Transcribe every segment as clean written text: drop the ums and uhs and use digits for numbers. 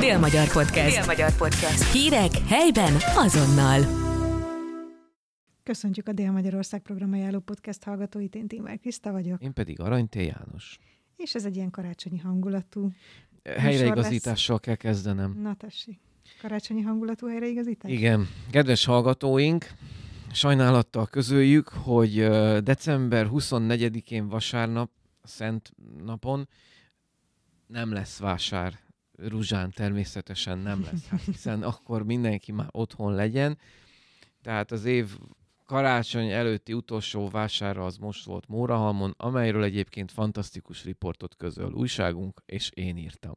Dél-Magyar Podcast. Dél-Magyar Podcast. Hírek helyben azonnal. Köszöntjük a Dél-Magyarország programajánló podcast hallgatóit, én Tímár Kriszta vagyok. Én pedig Arany T. János. És ez egy ilyen karácsonyi hangulatú Helyreigazítással kell kezdenem. Na tessék, karácsonyi hangulatú helyreigazítás? Igen. Kedves hallgatóink, sajnálattal közöljük, hogy december 24-én vasárnap, Szent napon nem lesz vásár Ruzsán, természetesen nem lesz, hiszen akkor mindenki már otthon legyen. Tehát az év karácsony előtti utolsó vására az most volt Mórahalmon, amelyről egyébként fantasztikus riportot közöl újságunk, és én írtam.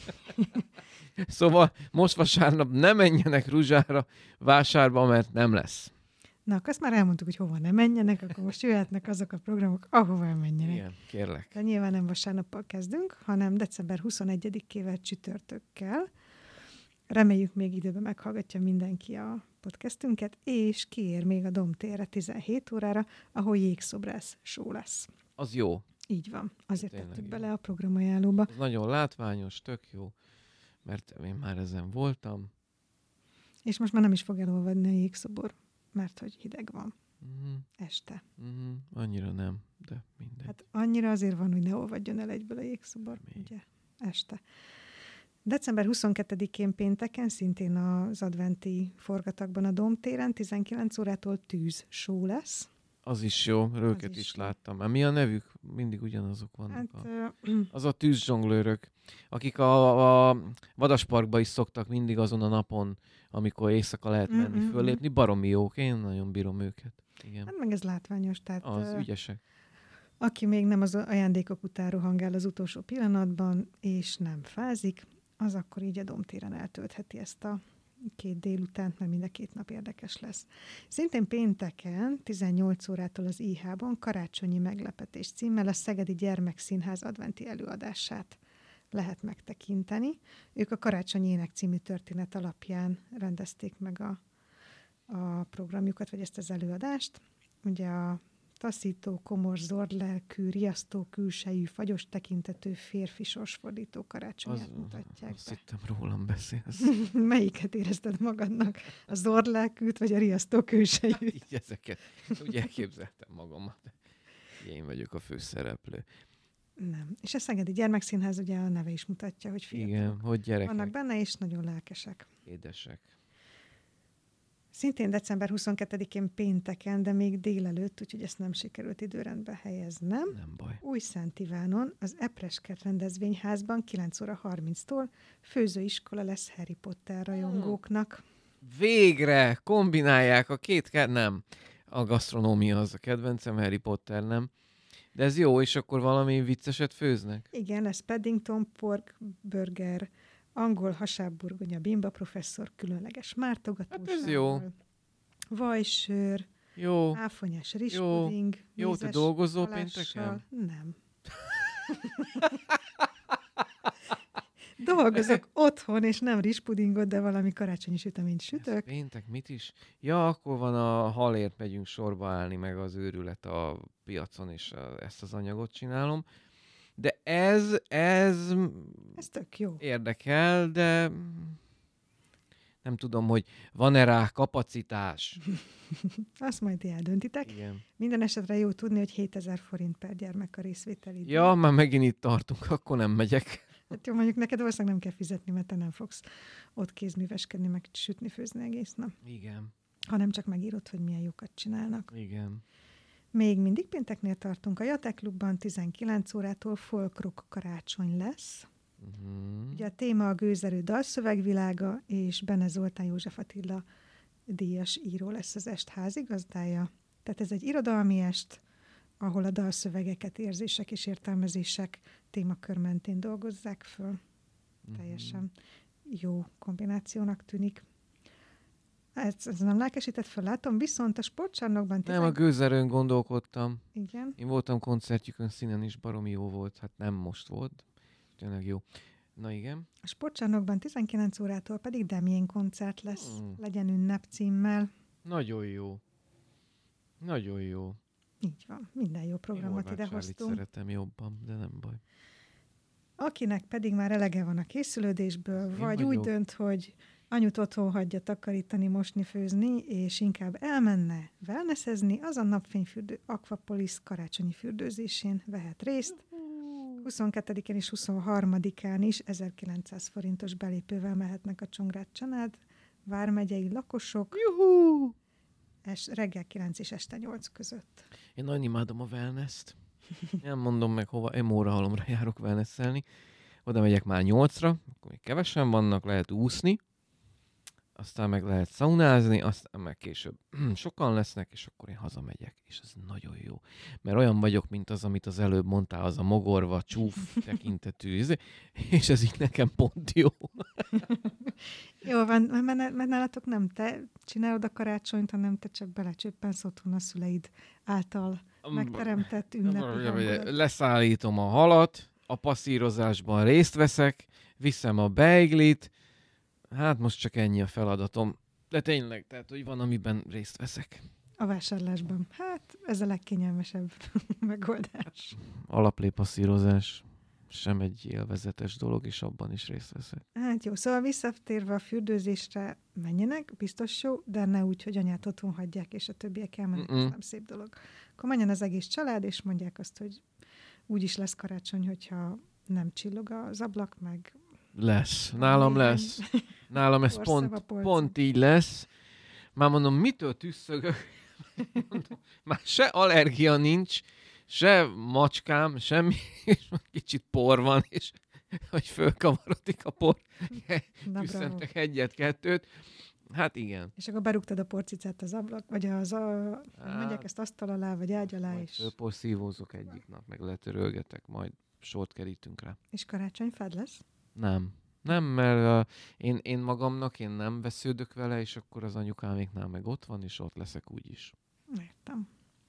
Szóval most vasárnap ne menjenek Ruzsára vásárba, mert nem lesz. Na, akkor azt már elmondtuk, hogy hova ne menjenek, akkor most jöhetnek azok a programok, ahova elmenjenek. Igen, kérlek. De nyilván nem vasárnappal kezdünk, hanem december 21-ével csütörtökkel. Reméljük még időben meghallgatja mindenki a podcastünket, és kiér még a Domtérre 17 órára, ahol jégszobrász show lesz. Az jó. Így van. Azért Tényleg tettük jó. bele a programajánlóba. Az nagyon látványos, tök jó, mert én már ezen voltam. És most már nem is fog elolvadni a jégszobor, mert hogy hideg van Uh-huh. este. Uh-huh. Annyira nem, de mindegy. Hát annyira azért van, hogy ne olvadjon el egyből a jégszobor, ugye, este. December 22-én pénteken, szintén az adventi forgatagban a Domtéren, 19 órától tűz show lesz. Az is jó, őket is is jó. láttam. Mindig a nevük? Mindig ugyanazok vannak. Hát, Az a tűzzsonglőrök, akik a Vadasparkba is szoktak mindig azon a napon, amikor éjszaka lehet menni, föllépni. Baromi jók, én nagyon bírom őket. Igen. hát meg ez látványos, tehát Az ügyesek. aki még nem az ajándékok után rohangál az utolsó pillanatban, és nem fázik, az akkor így a Domtéren eltöltheti ezt a 2 délutánt, mert mind a 2 nap érdekes lesz. Szintén pénteken, 18 órától az IH-ban karácsonyi meglepetés címmel a Szegedi Gyermekszínház adventi előadását lehet megtekinteni. Ők a Karácsonyi Ének című történet alapján rendezték meg a programjukat, vagy ezt az előadást. Ugye a taszító, komor, zordlelkű, riasztó külsejű, fagyos tekintetű férfi sorsfordító karácsonyát mutatják Azt be. hittem, rólam beszélsz. Melyiket érezted magadnak? A zordlelkűt, vagy a riasztó külsejűt? Így ezeket. Úgy elképzeltem magamat. Én vagyok a főszereplő. Nem. És a Szegedi Gyermekszínház ugye a neve is mutatja, hogy fiatalok Igen, hogy gyerekek, vannak benne, és nagyon lelkesek. édesek. Szintén december 22-én pénteken, de még délelőtt, úgyhogy ezt nem sikerült időrendbe helyeznem. Nem baj. Újszent Ivánon, az Epreskert rendezvényházban 9 óra 30-tól főzőiskola lesz Harry Potter rajongóknak. Végre kombinálják a két nem. A gasztronómia az a kedvencem, Harry Potter nem. De ez jó, és akkor valami vicceset főznek? Igen, lesz Paddington Pork Burger, angol hasábburgonya Bimba professzor különleges mártogatósával. Hát ez jó. Vajsőr, Jó. áfonyás rizspuding, Jó, te mézes dolgozol halással. pénteken? Nem. Dolgozok otthon, és nem rizspudingot, de valami karácsonyi süteményt Ez sütök. péntek mit is? Ja, akkor van a halért megyünk sorba állni, meg az őrület a piacon, és ezt az anyagot csinálom. De ez Ez tök jó. érdekel, de nem tudom, hogy van-e rá kapacitás. Azt majd ti eldöntitek. Igen. Minden esetre jó tudni, hogy 7000 forint per gyermek a részvételi díj. Ja, már megint itt tartunk, akkor nem megyek. Hát jó, mondjuk neked valószínűleg nem kell fizetni, mert te nem fogsz ott kézműveskedni, meg sütni, főzni egész nap. Igen, Hanem csak megírod, hogy milyen jókat csinálnak. igen. Még mindig pénteknél tartunk. A Jate Klubban 19 órától folkrock karácsony lesz. Uh-huh. Ugye a téma a Gőzerő dalszövegvilága, és Bene Zoltán József Attila díjas író lesz az est házigazdája. Tehát ez egy irodalmi est, ahol a dalszövegeket, érzések és értelmezések témakör mentén dolgozzák föl. Teljesen jó kombinációnak tűnik. Ez nem lelkesített föl, látom, viszont a sportcsarnokban... Nem, a Gőzerőn gondolkodtam. Igen. Én voltam koncertjükön, színen is baromi jó volt. Hát nem most volt. Tényleg jó. Na igen. A sportcsarnokban 19 órától pedig Demjén koncert lesz, Legyen ünnep címmel. Nagyon jó. Nagyon jó. Így van, minden jó programot Horváth Charlie-t idehoztunk. szeretem jobban, de nem baj. Akinek pedig már elege van a készülődésből, Én vagy úgy vagyok. dönt, hogy anyut otthon hagyja takarítani, mosni, főzni, és inkább elmenne wellnessezni, az a napfényfürdő Aquapolis karácsonyi fürdőzésén vehet részt. 22-én és 23-án is 1900 forintos belépővel mehetnek a Csongrád család, vármegyei lakosok, Juhú! reggel 9 és este 8 között. Én nagyon imádom a wellness-t. Nem mondom meg hova, én Mórahalomra járok wellnesselni. Oda megyek már 8-ra, akkor még kevesen vannak, lehet úszni, aztán meg lehet szaunázni, aztán meg később sokan lesznek, és akkor én hazamegyek. És ez nagyon jó. Mert olyan vagyok, mint az, amit az előbb mondtál, az a mogorva, csúf tekintetű, és ez így nekem pont jó. Jó van, mert nálatok nem te csinálod a karácsonyt, hanem te csak belecsöppensz otthon a szüleid által megteremtett ünnepi hangulat. Leszállítom a halat, a passzírozásban részt veszek, viszem a beiglit, hát most csak ennyi a feladatom. De tényleg, tehát, hogy van, amiben részt veszek. A vásárlásban. Hát, ez a legkényelmesebb megoldás. Alaplé-passzírozás sem egy élvezetes dolog, és abban is részt veszek. Hát jó, szóval visszatérve a fürdőzésre menjenek, biztos jó, de ne úgy, hogy anyát otthon hagyják, és a többiek elmennek, ez nem szép dolog. Akkor menjen az egész család, és mondják azt, hogy úgy is lesz karácsony, hogyha nem csillog az ablak, meg... Lesz. Nálam lesz. Nálam ez pont így lesz. Már mondom, mitől tüsszögök? Mondom, már se allergia nincs, se macskám, semmi, és kicsit por van, és hogy fölkavarodik a por. Tüsszentek egyet-kettőt. Hát igen. És akkor berúgtad a porcicát az ablak, vagy megyek ezt asztal alá, vagy ágy alá, és... Fölporszívózok egyik nap, meg letörölgetek, majd sort kerítünk rá. És karácsonyfád lesz? Nem. Nem, mert én magamnak én nem vesződök vele, és akkor az anyukáméknál meg ott van, és ott leszek úgyis. Értem.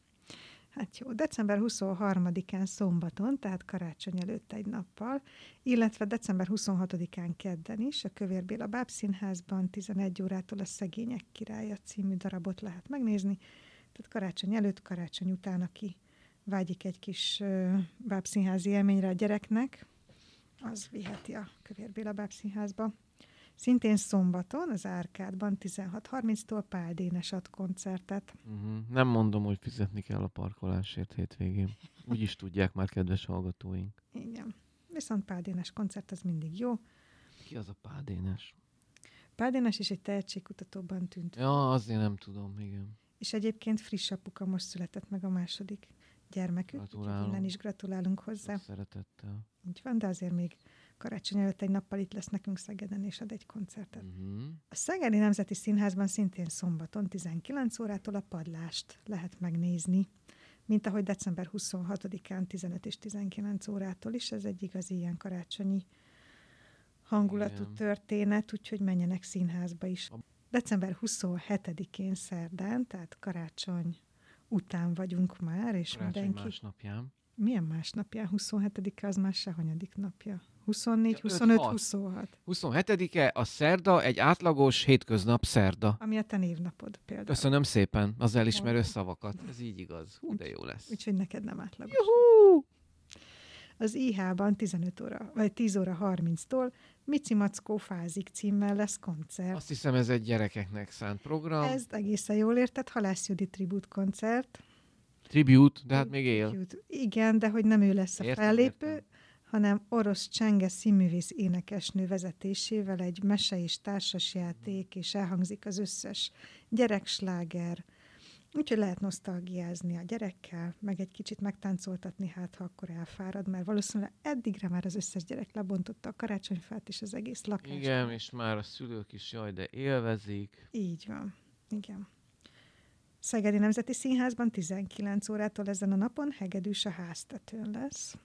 Hát jó, december 23-án szombaton, tehát karácsony előtt egy nappal, illetve december 26-án kedden is a Kövér Béla Bábszínházban 11 órától a Szegények királya című darabot lehet megnézni. Tehát karácsony előtt, karácsony után, aki vágyik egy kis bábszínházi élményre a gyereknek, az viheti a Kövér Béla Bábszínházba. Szintén szombaton az Árkádban 16:30-tól Pál Dénes ad koncertet. Nem mondom, hogy fizetni kell a parkolásért hétvégén. Úgy is tudják már, kedves hallgatóink. Igen. Viszont Pál Dénes koncert az mindig jó. Ki az a Pál Dénes? Pál Dénes is egy tehetségkutatóban tűnt. Ja, azért nem tudom, igen. És egyébként friss apuka, most született meg a második gyermekük. Gratulálunk. Innen is gratulálunk hozzá. Szeretettel. Így van, de azért még karácsony előtt egy nappal itt lesz nekünk Szegeden, és ad egy koncertet. A Szegedi Nemzeti Színházban szintén szombaton 19 órától a Padlást lehet megnézni, mint ahogy december 26-án 15 és 19 órától is. Ez egy igazi ilyen karácsonyi hangulatú történet, úgyhogy menjenek színházba is. December 27-én szerdán, tehát karácsony után vagyunk már, és karácsony mindenki... másnapján. Milyen másnapján? 27-e az már se hanyadik napja. 24, 25, 26. 27-e a szerda, egy átlagos hétköznap szerda. Ami a te névnapod például. Köszönöm szépen az elismerő szavakat. Ez így igaz. Hú, de jó lesz. Úgyhogy neked nem átlagos. Juhú! Az IH-ban 15 óra, vagy 10 óra 30-tól Mici Mackó Fázik címmel lesz koncert. Azt hiszem, ez egy gyerekeknek szánt program. Ez egészen jól érted, Halász Judit tribute koncert. Tribute, de hát még él. Tribute. Igen, de hogy nem ő lesz a fellépő, hanem Orosz Csenge színművész énekesnő vezetésével egy mese és társasjáték, és elhangzik az összes gyereksláger. Úgyhogy lehet nosztalgiázni a gyerekkel, meg egy kicsit megtáncoltatni, hát ha akkor elfárad, mert valószínűleg eddigre már az összes gyerek lebontotta a karácsonyfát és az egész lakást. Igen, és már a szülők is jaj, de élvezik. Így van, igen. Szegedi Nemzeti Színházban 19 órától ezen a napon Hegedűs a háztetőn lesz.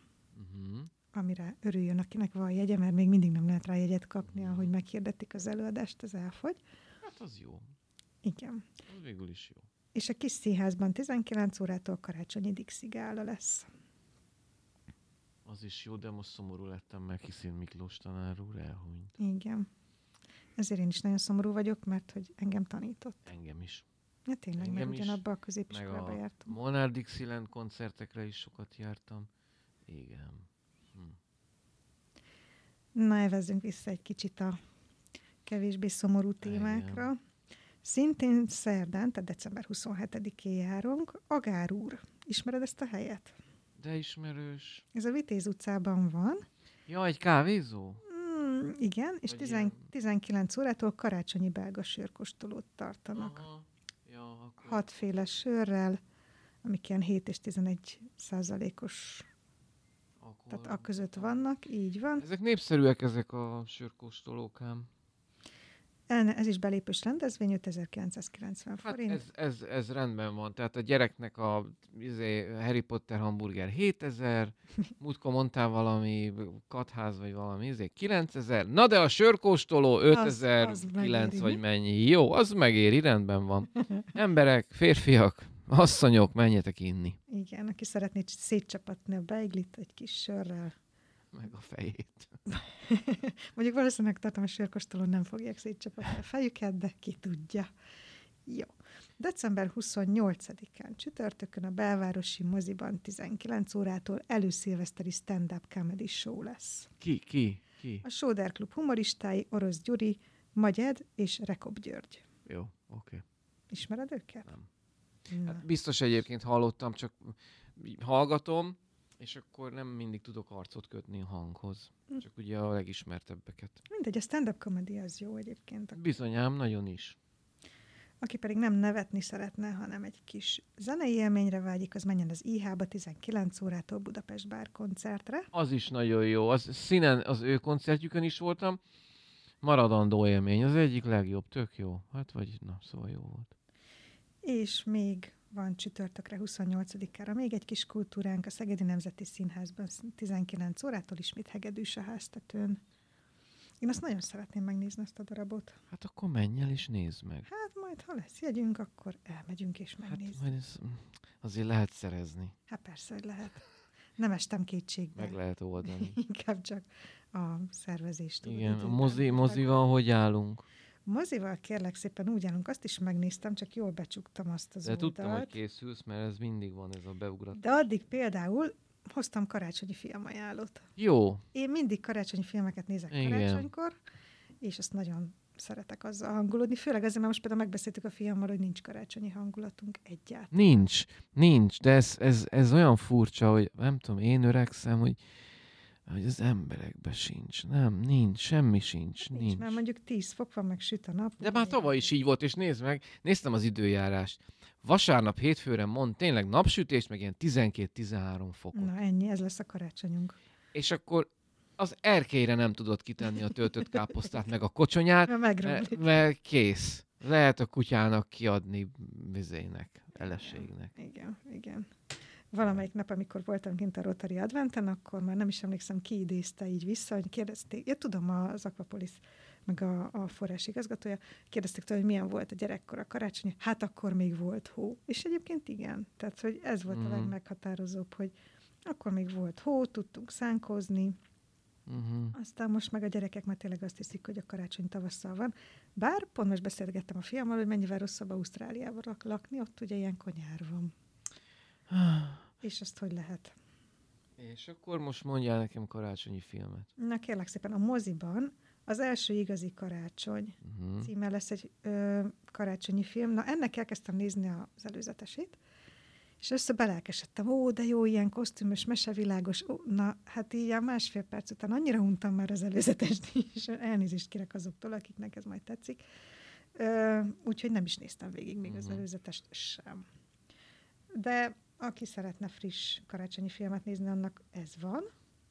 Amire örüljön, akinek van jegye, mert még mindig nem lehet rá jegyet kapni, ahogy meghirdetik az előadást, az elfogy. Hát az jó. Igen. Az végül is jó. És a kis színházban 19 órától karácsonyi Dixi gála lesz. Az is jó, de most szomorú lettem, mert Kiszin Miklós tanár úr elhunyt. Igen. Ezért én is nagyon szomorú vagyok, mert hogy engem tanított. Engem is. Ja, tényleg, engem mert ugyanabba a középiskolába jártam. Molnár Dixieland koncertekre is sokat jártam. Igen. Na, evezzünk vissza egy kicsit a kevésbé szomorú témákra. Igen. Szintén szerdán, tehát december 27-én járunk, Agár úr. Ismered ezt a helyet? De ismerős. Ez a Vitéz utcában van. Ja, egy kávézó? Igen, és Vagy ilyen- 19 órától karácsonyi belga sörkóstolót tartanak. Aha. Ja, akkor... 6 féle sörrel, amik ilyen 7 és 11%-os, akkor... tehát a között vannak, így van. Ezek népszerűek, ezek a sörkóstolók ám. Ez is belépős rendezvény, 5990 Hát forint. ez rendben van. Tehát a gyereknek a Harry Potter hamburger 7000, múltkor mondtál valami katház vagy valami 9000, na de a sörkóstoló 5009 megéri, vagy mi? mennyi. Jó, az megéri, rendben van. Emberek, férfiak, asszonyok, menjetek inni. Igen, aki szeretné szétcsapatni a beiglit egy kis sörrel. Meg a fejét. Mondjuk valószínűleg tartom, a sörkóstolón nem fogják szétcsapatni a fejüket, de ki tudja. Jó. December 28-án csütörtökön a belvárosi moziban 19 órától előszilveszteri stand-up comedy show lesz. Ki? A Sóder Klub humoristái Orosz Gyuri, Magyed és Rekop György. Jó, oké. Ismered őket? Nem. Na. Hát biztos egyébként hallottam, csak hallgatom, és akkor nem mindig tudok arcot kötni a hanghoz. Csak ugye a legismertebbeket. Mindegy, a stand-up comedy az jó egyébként. Bizonyám, nagyon is. Aki pedig nem nevetni szeretne, hanem egy kis zenei élményre vágyik, az menjen az IH-ba 19 órától Budapest Bár koncertre. Az is nagyon jó. Az színen az ő koncertjükön is voltam. Maradandó élmény. Az egyik legjobb. Tök jó. Hát vagy, na, szóval jó volt. És még van csütörtökre 28-ára még egy kis kultúránk a Szegedi Nemzeti Színházban 19 órától ismét Hegedűs a háztetőn. Én azt nagyon szeretném megnézni, ezt a darabot. Hát akkor menj el és nézd meg. Hát majd, ha lesz jegyünk, akkor elmegyünk és Hát megnézzük. majd ez, azért lehet szerezni. Hát persze, hogy lehet. Nem estem kétségbe. Meg lehet oldani. Inkább csak a szervezést. tudod, Igen, így a mozival hogy állunk? Mozival kérlek szépen úgy állunk, azt is megnéztem, csak jól becsuktam azt az De oldalt. tudtam, hogy készülsz, mert ez mindig van, ez a beugrat. De addig például hoztam karácsonyi filmajánlót. Jó. Én mindig karácsonyi filmeket nézek Igen. karácsonykor, és azt nagyon szeretek azzal hangulódni. Főleg azért, mert most például megbeszéltük a fiammal, hogy nincs karácsonyi hangulatunk egyáltalán. Nincs, de ez olyan furcsa, hogy nem tudom, én öregszem, hogy az emberekben sincs. Nem, nincs, semmi sincs. Nincs, mert mondjuk 10 fok van, meg süt a nap. De már tavaly is így volt, és nézd meg, néztem az időjárást. Vasárnap, hétfőre mond tényleg napsütés, meg ilyen 12-13 fokot. Na ennyi, ez lesz a karácsonyunk. És akkor az erkélyre nem tudod kitenni a töltött káposztát, meg a kocsonyát, Mert megromlik. mert kész. Lehet a kutyának kiadni vizének, eleségnek. Igen. Valamelyik nap, amikor voltam kint a Rotary Adventen, akkor már nem is emlékszem, ki idézte így vissza, hogy kérdezték, ja tudom, az Aquapolis, meg a forrás igazgatója, kérdezték tőle, hogy milyen volt a gyerekkor a karácsony, hát akkor még volt hó. És egyébként igen, tehát hogy ez volt a legmeghatározóbb, hogy akkor még volt hó, tudtunk szánkozni, aztán most meg a gyerekek már tényleg azt hiszik, hogy a karácsony tavasszal van. Bár pont most beszélgettem a fiammal, hogy mennyivel rosszabb Ausztráliában lakni, ott ugye ilyen konyhár van. És azt hogy lehet? És akkor most mondjál nekem karácsonyi filmet. Na kérlek szépen, a moziban az első igazi karácsony címe lesz egy karácsonyi film. Na ennek elkezdtem nézni az előzetesét, és össze belelkesedtem. Ó, de jó, ilyen kosztümös, mesevilágos. Ó, na, hát így a másfél perc után annyira untam már az előzetest, és elnézést kérek azoktól, akiknek ez majd tetszik. Úgyhogy nem is néztem végig még az előzetest sem. De aki szeretne friss karácsonyi filmet nézni, annak ez van.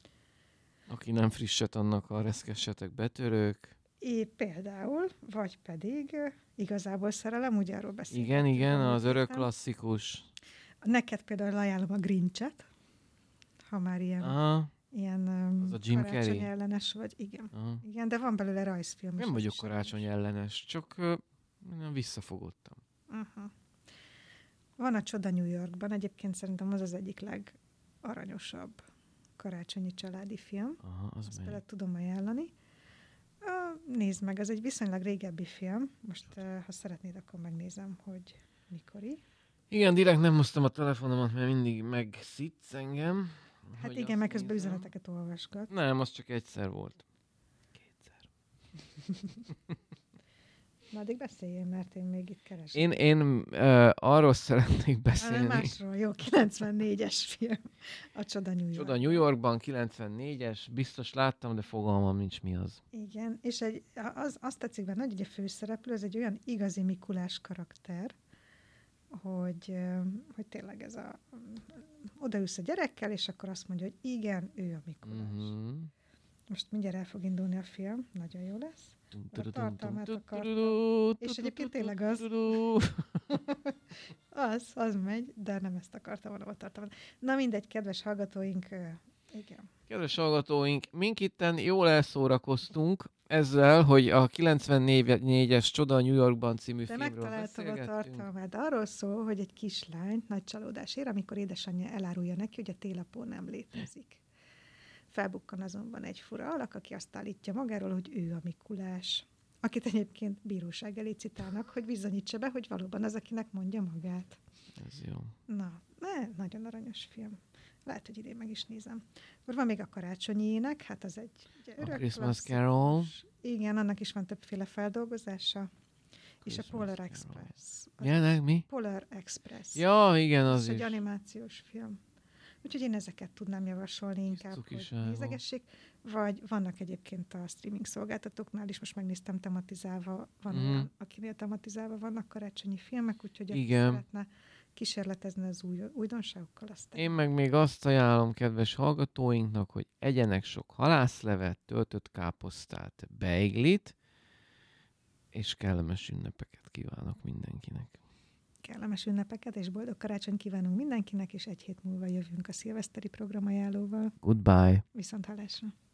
Aki nem frisset, annak a reszkessetek betörők. Például, vagy pedig Igazából szerelem, ugye arról beszélünk. Igen, az örök klasszikus. Neked például ajánlom a Grincset, ha már ilyen az a Jim karácsony Carrey. ellenes vagy. Igen, de van belőle rajzfilm is. Nem vagyok karácsony ellenes, csak nem visszafogottam. Van a Csoda New Yorkban, egyébként szerintem az az egyik legaranyosabb karácsonyi családi film. Azt például tudom ajánlani. Nézd meg, az egy viszonylag régebbi film. Most, ha szeretnéd, akkor megnézem, hogy mikori. Igen, direkt nem hoztam a telefonomat, mert mindig megszitsz engem. Hát igen, meg közben üzeneteket olvasgat. Nem, az csak egyszer volt. Na, addig beszéljél, mert én még itt keresem. Én arról szeretnék beszélni. Másról, jó, 94-es film. A Csoda New York. Csoda New Yorkban, 94-es, biztos láttam, de fogalmam nincs mi az. Igen, és azt tetszik benne, hogy a főszereplő, ez egy olyan igazi Mikulás karakter, hogy tényleg ez odaülsz a gyerekkel, és akkor azt mondja, hogy igen, ő a Mikulás. Mm-hmm. Most mindjárt el fog indulni a film, nagyon jó lesz. A tartalmát akartam. És egyébként tényleg az. az megy, de nem ezt akartam, hanem a tartalmat. Na mindegy, kedves hallgatóink, igen. Kedves hallgatóink, mink itten jól elszórakoztunk ezzel, hogy a 94-es Csoda New Yorkban című de filmről megtaláltam a beszélgettünk. tartalmát. Arról szól, hogy egy kislány nagy csalódás ér, amikor édesanyja elárulja neki, hogy a télapó nem létezik. Felbukkan azonban egy fura alak, aki azt állítja magáról, hogy ő a Mikulás. Akit egyébként bíróság elé citálnak, hogy bizonyítsa be, hogy valóban az, akinek mondja magát. Ez jó. Na, nagyon aranyos film. Lehet, hogy idén meg is nézem. Akkor van még a Karácsonyi ének, hát az egy ugye, A örök Christmas klasszikus. Carol. Igen, annak is van többféle feldolgozása. És a Christmas Polar Carol. Express. Milyenek, mi? Polar Express. Ja, igen, az Ez egy is. animációs film. Úgyhogy én ezeket tudnám javasolni inkább, hogy cukiságok. nézegessék. Vagy vannak egyébként a streaming szolgáltatóknál is, most megnéztem tematizálva, van olyan, akinél tematizálva vannak karácsonyi filmek, úgyhogy aki Igen. szeretne kísérletezni az újdonságokkal, azt Én meg még azt ajánlom kedves hallgatóinknak, hogy egyenek sok halászlevet, töltött káposztát, beiglit, és kellemes ünnepeket kívánok mindenkinek. kellemes ünnepeket és boldog karácsony kívánunk mindenkinek, és egy hét múlva jövünk a szilveszteri programajánlóval. Goodbye! Viszont hallásra!